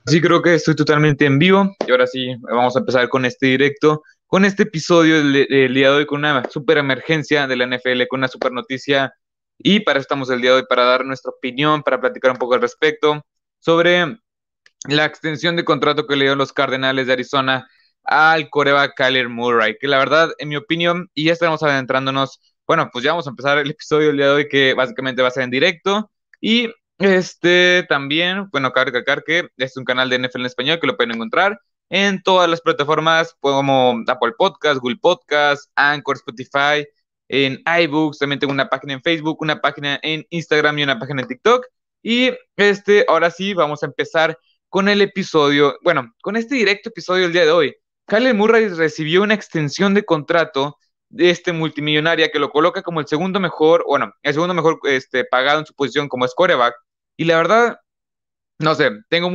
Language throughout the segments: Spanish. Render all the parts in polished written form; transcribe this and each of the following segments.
Sí, creo que estoy totalmente en vivo y ahora sí, vamos a empezar con este directo, con este episodio del día de hoy, con una super emergencia de la NFL, con una super noticia y para eso estamos el día de hoy, para dar nuestra opinión, para platicar un poco al respecto sobre la extensión de contrato que le dio los Cardenales de Arizona al quarterback Kyler Murray, que la verdad, en mi opinión, y ya estamos adentrándonos, bueno, pues ya vamos a empezar el episodio del día de hoy que básicamente va a ser en directo y también, bueno, cabe recalcar que es un canal de NFL en español que lo pueden encontrar en todas las plataformas como Apple Podcast, Google Podcast, Anchor, Spotify, en iBooks, también tengo una página en Facebook, una página en Instagram y una página en TikTok. Y ahora sí, vamos a empezar con el episodio, bueno, con este directo episodio del día de hoy. Kyler Murray recibió una extensión de contrato de este multimillonaria que lo coloca como el segundo mejor, bueno, el segundo mejor pagado en su posición como es quarterback. Y la verdad, no sé, tengo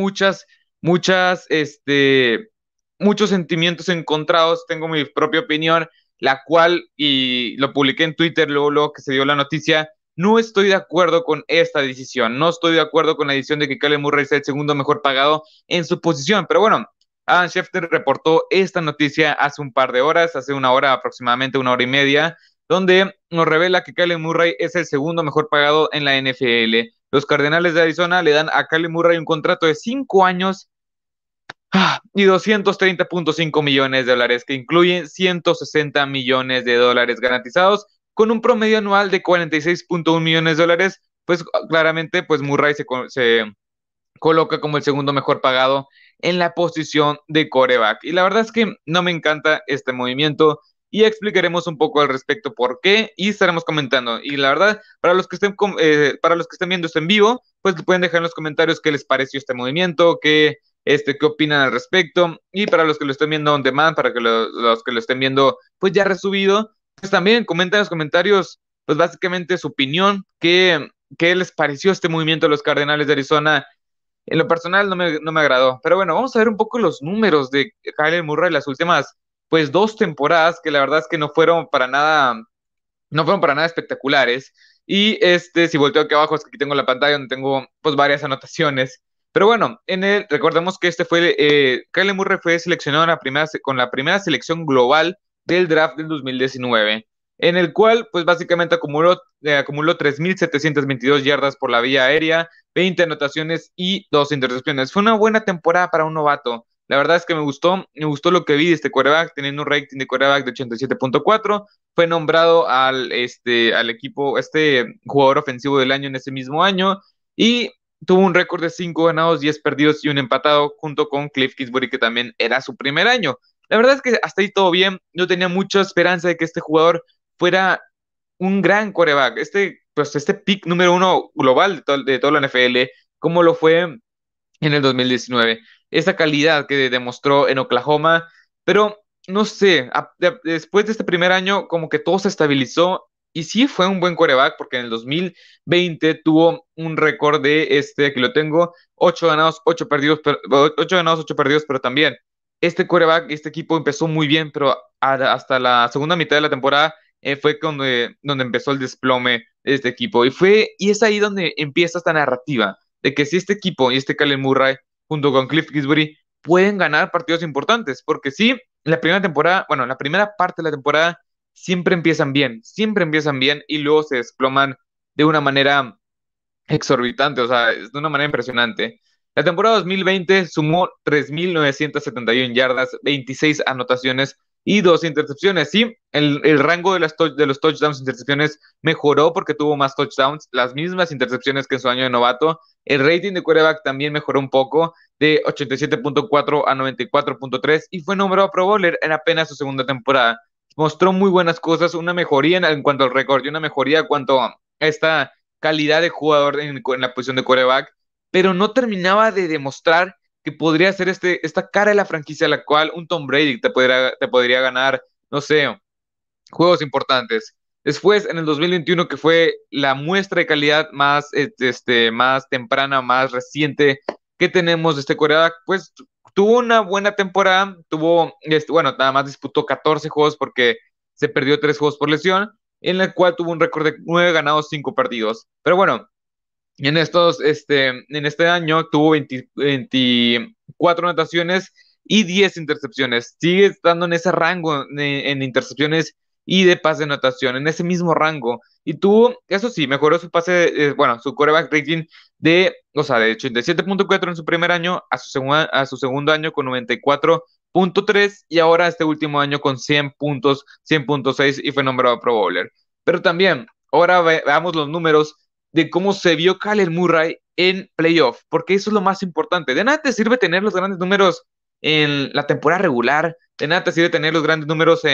muchos sentimientos encontrados, tengo mi propia opinión, la cual, y lo publiqué en Twitter luego que se dio la noticia, no estoy de acuerdo con esta decisión, no estoy de acuerdo con la decisión de que Kyler Murray sea el segundo mejor pagado en su posición, pero bueno, Adam Schefter reportó esta noticia hace un par de horas, hace una hora aproximadamente, una hora y media, donde nos revela que Kyler Murray es el segundo mejor pagado en la NFL. Los Cardenales de Arizona le dan a Kyler Murray un contrato de 5 años y 230.5 millones de dólares, que incluyen 160 millones de dólares garantizados, con un promedio anual de 46.1 millones de dólares. Pues claramente, pues Murray se coloca como el segundo mejor pagado en la posición de quarterback. Y la verdad es que no me encanta este movimiento y explicaremos un poco al respecto por qué y estaremos comentando. Y la verdad, para los que estén viendo esto en vivo, pues pueden dejar en los comentarios qué les pareció este movimiento, qué opinan al respecto. Y para los que lo estén viendo on demand, para que los que lo estén viendo pues ya resubido, pues también comenten en los comentarios pues básicamente su opinión, qué les pareció este movimiento de los Cardenales de Arizona. En lo personal no me agradó. Pero bueno, vamos a ver un poco los números de Kyler Murray las últimas, pues, 2 temporadas, que la verdad es que no fueron para nada espectaculares. Y si volteo aquí abajo, es que aquí tengo la pantalla donde tengo, pues, varias anotaciones. Pero bueno, recordemos que Kyler Murray fue seleccionado con la primera selección global del draft del 2019, en el cual, pues, básicamente acumuló 3.722 yardas por la vía aérea, 20 anotaciones y 2 intercepciones. Fue una buena temporada para un novato. La verdad es que me gustó lo que vi de este quarterback, teniendo un rating de quarterback de 87.4. Fue nombrado al equipo, jugador ofensivo del año en ese mismo año y tuvo un récord de 5 ganados, 10 perdidos y un empatado junto con Cliff Kingsbury, que también era su primer año. La verdad es que hasta ahí todo bien. Yo tenía mucha esperanza de que este jugador fuera un gran quarterback, pues este pick número uno global de toda la NFL, como lo fue en el 2019. Esa calidad que demostró en Oklahoma, pero no sé, después de este primer año como que todo se estabilizó y sí fue un buen quarterback porque en el 2020 tuvo un récord aquí lo tengo, 8 ganados, 8 perdidos, 8 ganados, 8 perdidos, pero también este quarterback, este equipo empezó muy bien, pero hasta la segunda mitad de la temporada fue donde empezó el desplome de este equipo y es ahí donde empieza esta narrativa de que si este equipo y este Kyler Murray junto con Cliff Kingsbury pueden ganar partidos importantes, porque sí, la primera temporada, bueno, la primera parte de la temporada siempre empiezan bien y luego se desploman de una manera exorbitante, o sea, de una manera impresionante. La temporada 2020 sumó 3.971 yardas, 26 anotaciones y 2 intercepciones. Sí, el rango de los touchdowns e intercepciones mejoró porque tuvo más touchdowns, las mismas intercepciones que en su año de novato. El rating de quarterback también mejoró un poco, de 87.4 a 94.3 y fue nombrado Pro Bowler en apenas su segunda temporada. Mostró muy buenas cosas, una mejoría en cuanto al récord y una mejoría en cuanto a esta calidad de jugador en la posición de quarterback, pero no terminaba de demostrar que podría ser esta cara de la franquicia a la cual un Tom Brady te podría ganar, no sé, juegos importantes. Después, en el 2021, que fue la muestra de calidad más temprana, más reciente que tenemos de este quarterback, pues tuvo una buena temporada, bueno, nada más disputó 14 juegos porque se perdió 3 juegos por lesión, en la cual tuvo un récord de 9 ganados, 5 perdidos. Pero bueno, en este año tuvo 4 anotaciones y 10 intercepciones. Sigue estando en ese rango en intercepciones y de pase de anotación, en ese mismo rango. Y tuvo, eso sí, mejoró su pase, bueno, su quarterback rating o sea, de 87.4 en su primer año a su segundo año con 94.3 y ahora este último año con 100 puntos, 100.6 y fue nombrado Pro Bowler. Pero también, ahora veamos los números de cómo se vio Kyler Murray en playoff, porque eso es lo más importante. De nada te sirve tener los grandes números en la temporada regular, de nada te sirve tener los grandes números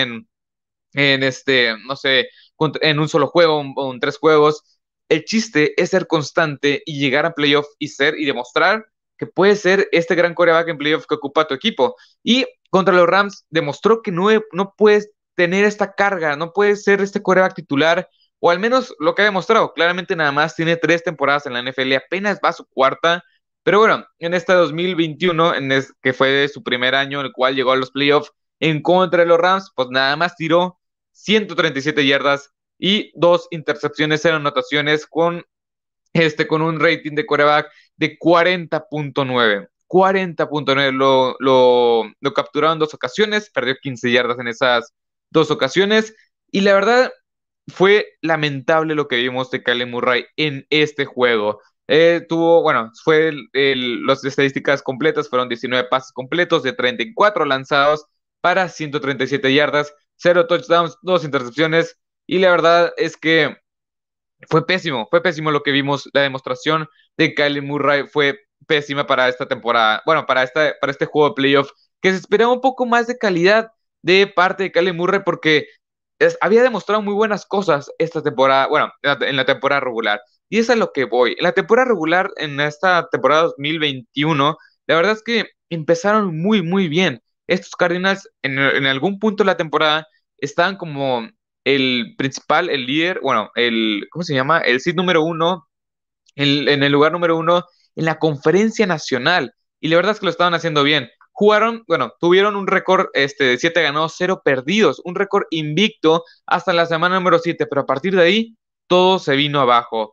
no sé, en un solo juego o en 3 juegos. El chiste es ser constante y llegar a playoff y demostrar que puede ser este gran quarterback en playoff que ocupa tu equipo. Y contra los Rams demostró que no puedes tener esta carga, no puedes ser este quarterback titular, o al menos lo que ha demostrado. Claramente nada más tiene 3 temporadas en la NFL, apenas va a su cuarta. Pero bueno, en este 2021, que fue su primer año en el cual llegó a los playoffs en contra de los Rams, pues nada más tiró 137 yardas y 2 intercepciones en anotaciones con un rating de quarterback de 40.9. 40.9 lo capturaron en 2 ocasiones, perdió 15 yardas en esas 2 ocasiones y la verdad fue lamentable lo que vimos de Kyler Murray en este juego. Bueno, las estadísticas completas fueron 19 pases completos de 34 lanzados para 137 yardas, 0 touchdowns, 2 intercepciones y la verdad es que fue pésimo lo que vimos. La demostración de Kyler Murray fue pésima para esta temporada, bueno, para este juego de playoff, que se esperaba un poco más de calidad de parte de Kyler Murray porque había demostrado muy buenas cosas esta temporada, bueno, en la temporada regular. Y eso es a lo que voy. En la temporada regular, en esta temporada 2021, la verdad es que empezaron muy, muy bien. Estos Cardinals en algún punto de la temporada estaban como el principal, el líder, bueno, ¿cómo se llama? El seed número uno, en el lugar número uno en la conferencia nacional. Y la verdad es que lo estaban haciendo bien. Tuvieron un récord de 7 ganados, 0 perdidos, un récord invicto hasta la semana número 7, pero a partir de ahí todo se vino abajo.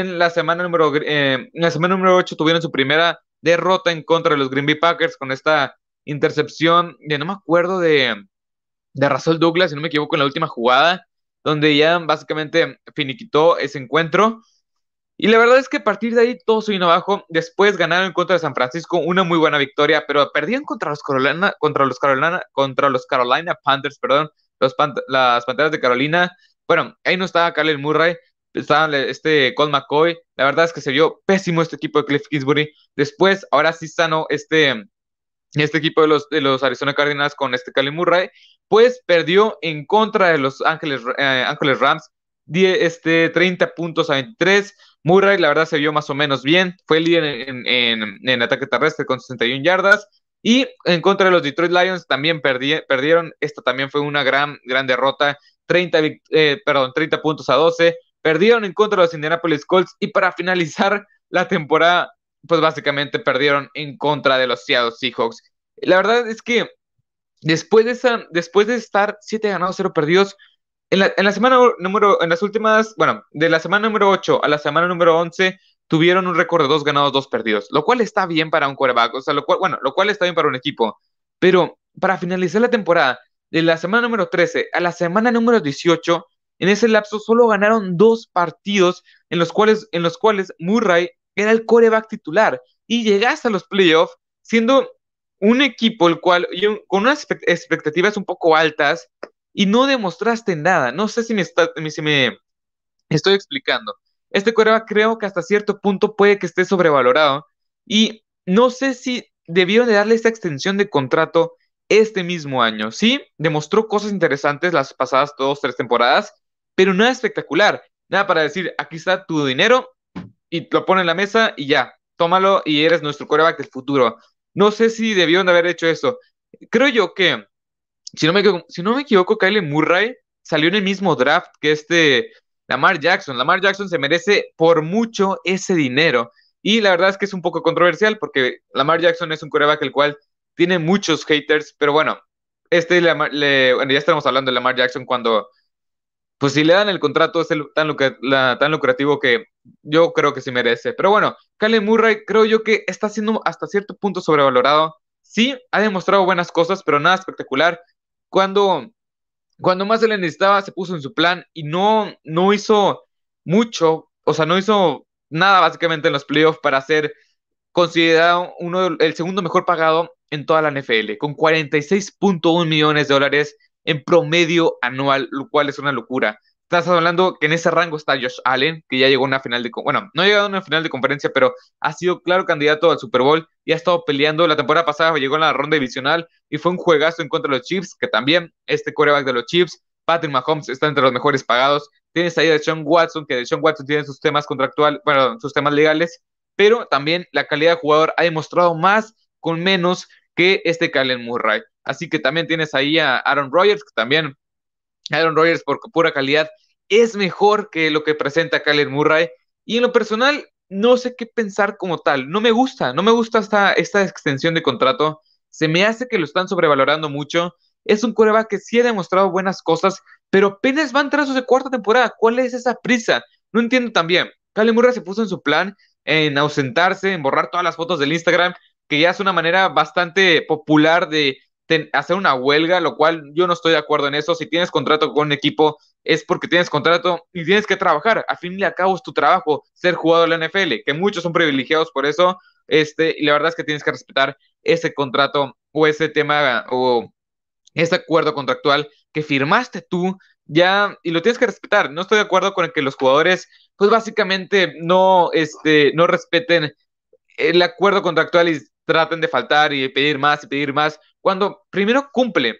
En la semana número 8 tuvieron su primera derrota en contra de los Green Bay Packers con esta intercepción no me acuerdo de Russell Douglas, si no me equivoco, en la última jugada, donde ya básicamente finiquitó ese encuentro. Y la verdad es que a partir de ahí todo se vino abajo. Después ganaron en contra de San Francisco, una muy buena victoria, pero perdieron contra los Carolina Panthers, perdón, las Panteras de Carolina. Bueno, ahí no estaba Kyler Murray, estaba Colt McCoy. La verdad es que se vio pésimo este equipo de Cliff Kingsbury. Después, ahora sí sano este equipo de los Arizona Cardinals con Kyler Murray, pues perdió en contra de los Ángeles Rams 30 puntos a 23. Murray, la verdad, se vio más o menos bien. Fue líder en ataque terrestre con 61 yardas. Y en contra de los Detroit Lions también perdieron. Esta también fue una gran derrota. 30 puntos a 12. Perdieron en contra de los Indianapolis Colts. Y para finalizar la temporada, pues básicamente perdieron en contra de los Seattle Seahawks. La verdad es que después de estar 7 ganados, 0 perdidos, en las últimas, bueno, de la semana número 8 a la semana número 11, tuvieron un récord de 2 ganados, 2 perdidos, lo cual está bien para un quarterback, o sea, lo cual está bien para un equipo, pero para finalizar la temporada, de la semana número 13 a la semana número 18, en ese lapso solo ganaron 2 partidos en los cuales Murray era el quarterback titular y llegaste a los playoffs siendo un equipo con unas expectativas un poco altas y no demostraste nada. No sé si me estoy explicando. Este quarterback creo que hasta cierto punto puede que esté sobrevalorado y no sé si debieron de darle esta extensión de contrato este mismo año. Sí, demostró cosas interesantes las pasadas 2, 3 temporadas, pero nada espectacular. Nada para decir, aquí está tu dinero y lo pone en la mesa y ya, tómalo y eres nuestro quarterback del futuro. No sé si debieron de haber hecho eso. Creo yo que, si no me equivoco, Kyler Murray salió en el mismo draft que Lamar Jackson. Lamar Jackson se merece por mucho ese dinero. Y la verdad es que es un poco controversial porque Lamar Jackson es un quarterback el cual tiene muchos haters, pero bueno, bueno, ya estamos hablando de Lamar Jackson cuando, pues si le dan el contrato es tan lucrativo que yo creo que sí merece. Pero bueno, Kyler Murray creo yo que está siendo hasta cierto punto sobrevalorado. Sí, ha demostrado buenas cosas, pero nada espectacular. Cuando, cuando más se le necesitaba, se puso en su plan y no hizo mucho, o sea, no hizo nada básicamente en los playoffs para ser considerado el segundo mejor pagado en toda la NFL, con 46.1 millones de dólares en promedio anual, lo cual es una locura. Estás hablando que en ese rango está Josh Allen, que ya llegó a una final bueno, no ha llegado a una final de conferencia, pero ha sido claro candidato al Super Bowl y ha estado peleando. La temporada pasada llegó a la ronda divisional y fue un juegazo en contra de los Chiefs, que también este quarterback de los Chiefs, Patrick Mahomes, está entre los mejores pagados. Tienes ahí a Deshaun Watson, que Deshaun Watson tiene sus temas contractuales, bueno, sus temas legales, pero también la calidad de jugador ha demostrado más con menos que este Kyler Murray. Así que también tienes ahí a Aaron Rodgers, que también Aaron Rodgers por pura calidad es mejor que lo que presenta Kyler Murray. Y en lo personal, no sé qué pensar como tal. No me gusta esta extensión de contrato. Se me hace que lo están sobrevalorando mucho. Es un quarterback que sí ha demostrado buenas cosas, pero apenas va a entrar a su cuarta temporada. ¿Cuál es esa prisa? No entiendo también. Kyler Murray se puso en su plan en ausentarse, en borrar todas las fotos del Instagram, que ya es una manera bastante popular de hacer una huelga, lo cual yo no estoy de acuerdo en eso. Si tienes contrato con un equipo, es porque tienes contrato y tienes que trabajar. A fin y al cabo es tu trabajo ser jugador de la NFL, que muchos son privilegiados por eso, y la verdad es que tienes que respetar ese contrato o ese tema o ese acuerdo contractual que firmaste tú ya y lo tienes que respetar. No estoy de acuerdo con el que los jugadores pues básicamente no respeten el acuerdo contractual y traten de faltar y pedir más, cuando primero cumple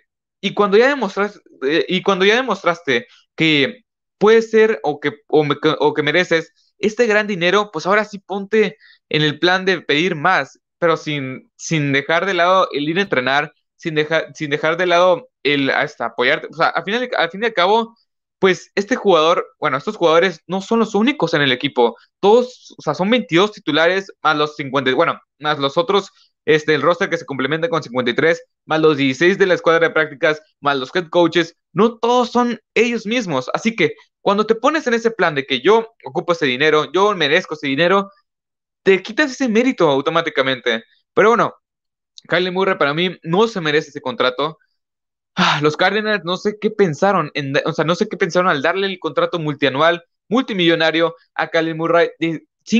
y cuando ya demostraste que puede ser o que mereces este gran dinero, pues ahora sí ponte en el plan de pedir más, pero sin dejar de lado el ir a entrenar, sin dejar de lado el hasta apoyarte. O sea, al fin y al cabo, pues este jugador, bueno, estos jugadores no son los únicos en el equipo, todos, o sea, son 22 titulares más los 50, bueno, más los otros, el roster que se complementa con 53, más los 16 de la escuadra de prácticas, más los head coaches, no todos son ellos mismos. Así que cuando te pones en ese plan de que yo ocupo ese dinero, yo merezco ese dinero, te quitas ese mérito automáticamente. Pero bueno, Kyler Murray para mí no se merece ese contrato. Los Cardinals no sé qué pensaron, o sea, no sé qué pensaron al darle el contrato multianual, multimillonario a Kyler Murray de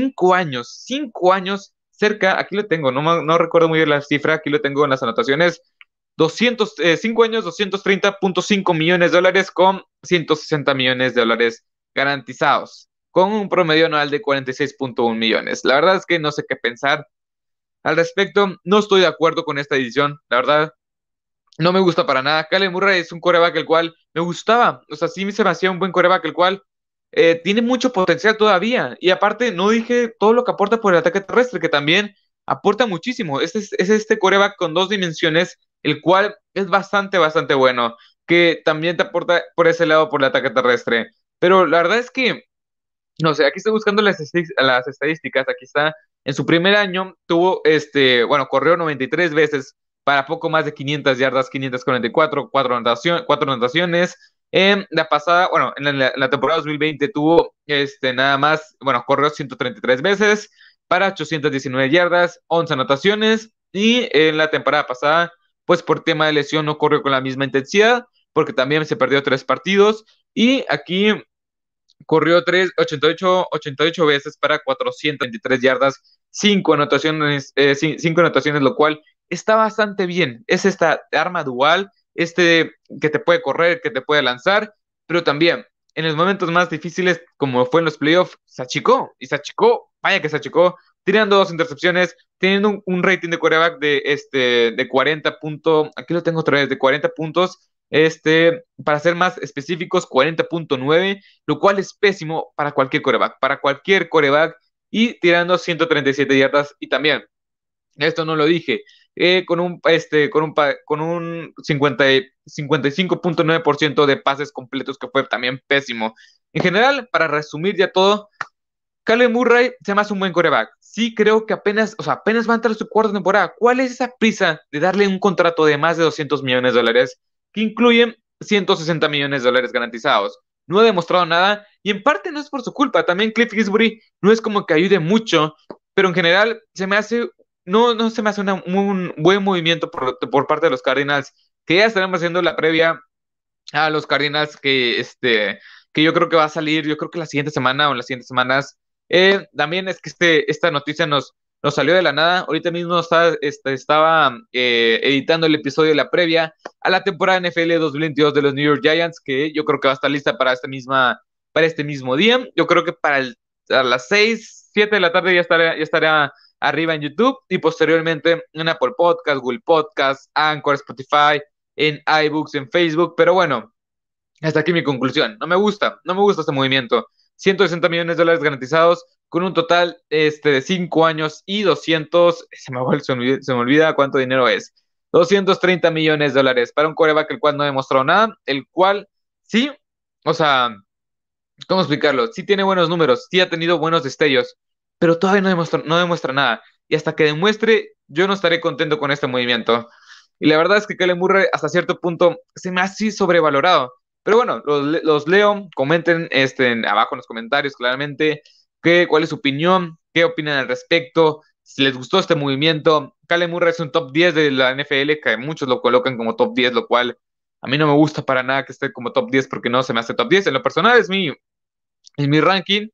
5 años, cerca, aquí lo tengo, no recuerdo muy bien la cifra, aquí lo tengo en las anotaciones, 5 años, 230.5 millones de dólares con 160 millones de dólares garantizados, con un promedio anual de 46.1 millones. La verdad es que no sé qué pensar al respecto, no estoy de acuerdo con esta decisión, la verdad, no me gusta para nada. Kyler Murray es un coreback el cual me gustaba. O sea, sí se me hacía un buen coreback el cual tiene mucho potencial todavía. Y aparte, no dije todo lo que aporta por el ataque terrestre, que también aporta muchísimo. Es este coreback con dos dimensiones, el cual es bastante bueno. Que también te aporta por ese lado por el ataque terrestre. Pero la verdad es que no sé, aquí estoy buscando las estadísticas. Aquí está. En su primer año tuvo, bueno, corrió 93 veces para poco más de 500 yardas, 544, cuatro anotaciones. La pasada, bueno, en la temporada 2020 tuvo, nada más, bueno, corrió 133 veces para 819 yardas, 11 anotaciones. Y en la temporada pasada, pues por tema de lesión no corrió con la misma intensidad, porque también se perdió 3 partidos. Y aquí corrió 88 veces para 423 yardas, 5 anotaciones, lo cual está bastante bien. Es esta arma dual, que te puede correr, que te puede lanzar, pero también en los momentos más difíciles, como fue en los playoffs, vaya que se achicó, tirando 2 intercepciones, teniendo un rating de quarterback de 40 puntos, aquí lo tengo otra vez, de 40 puntos, para ser más específicos, 40.9, lo cual es pésimo para cualquier coreback, y tirando 137 yardas, y también, esto no lo dije, con un 55.9% de pases completos, que fue también pésimo. En general, para resumir ya todo, Kyler Murray se me hace un buen coreback. Sí creo que apenas va a entrar su cuarta temporada. ¿Cuál es esa prisa de darle un contrato de más de 200 millones de dólares que incluye 160 millones de dólares garantizados? no ha demostrado nada, y en parte no es por su culpa, también Cliff Kingsbury no es como que ayude mucho, pero en general no se me hace un buen movimiento por parte de los Cardinals, que ya estaremos haciendo la previa a los Cardinals que yo creo que va a salir, yo creo que la siguiente semana o en las siguientes semanas. También es que esta noticia nos salió de la nada. Ahorita mismo estaba editando el episodio de la previa a la temporada NFL 2022 de los New York Giants, que yo creo que va a estar lista para este mismo día. Yo creo que a las 6, 7 de la tarde ya estará arriba en YouTube y posteriormente en Apple Podcast, Google Podcast, Anchor, Spotify, en iBooks, en Facebook, pero bueno, hasta aquí mi conclusión. No me gusta este movimiento. 160 millones de dólares garantizados con un total de 5 años y 200, se me olvida cuánto dinero es. 230 millones de dólares para un quarterback el cual no demostró nada, el cual sí, o sea, ¿cómo explicarlo? Sí tiene buenos números, sí ha tenido buenos destellos, pero todavía no demuestra nada. Y hasta que demuestre, yo no estaré contento con este movimiento. Y la verdad es que Kellen Murray hasta cierto punto se me hace sobrevalorado. Pero bueno, los leo, comenten abajo en los comentarios claramente cuál es su opinión, qué opinan al respecto, si les gustó este movimiento. Kellen Murray es un top 10 de la NFL, que muchos lo colocan como top 10, lo cual a mí no me gusta para nada que esté como top 10 porque no se me hace top 10. En lo personal es mi ranking,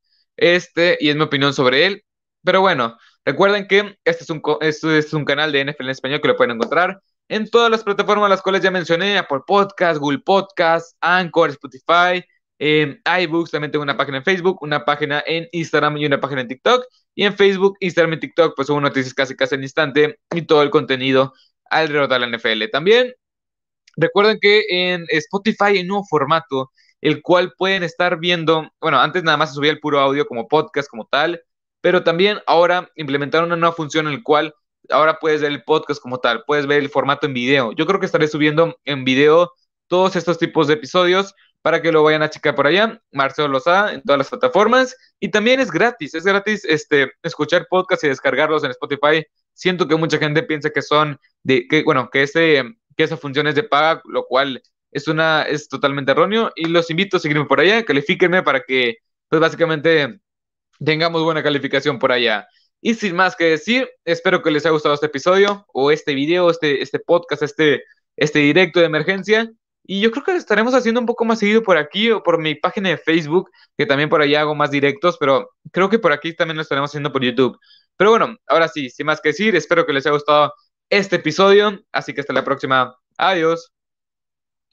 y es mi opinión sobre él. Pero bueno, recuerden que este es un canal de NFL en español que lo pueden encontrar en todas las plataformas las cuales ya mencioné: Apple Podcast, Google Podcast, Anchor, Spotify, iBooks. También tengo una página en Facebook, una página en Instagram y una página en TikTok. Y en Facebook, Instagram y TikTok pues subo noticias casi al instante y todo el contenido alrededor de la NFL. También recuerden que en Spotify hay un nuevo formato, el cual pueden estar viendo. Bueno, antes nada más se subía el puro audio como podcast, como tal, pero también ahora implementaron una nueva función en la cual ahora puedes ver el podcast como tal, puedes ver el formato en video. Yo creo que estaré subiendo en video todos estos tipos de episodios para que lo vayan a checar por allá. Marcelo Lozada en todas las plataformas. Y también es gratis escuchar podcasts y descargarlos en Spotify. Siento que mucha gente piensa que son bueno, que esa función es de paga, lo cual es totalmente erróneo. Y los invito a seguirme por allá, califíquenme para que, pues básicamente, tengamos buena calificación por allá. Y sin más que decir, espero que les haya gustado este episodio, o este video, este podcast, este directo de emergencia. Y yo creo que lo estaremos haciendo un poco más seguido por aquí o por mi página de Facebook, que también por allá hago más directos, pero creo que por aquí también lo estaremos haciendo por YouTube. Pero bueno, ahora sí, sin más que decir, espero que les haya gustado este episodio, así que hasta la próxima. Adiós.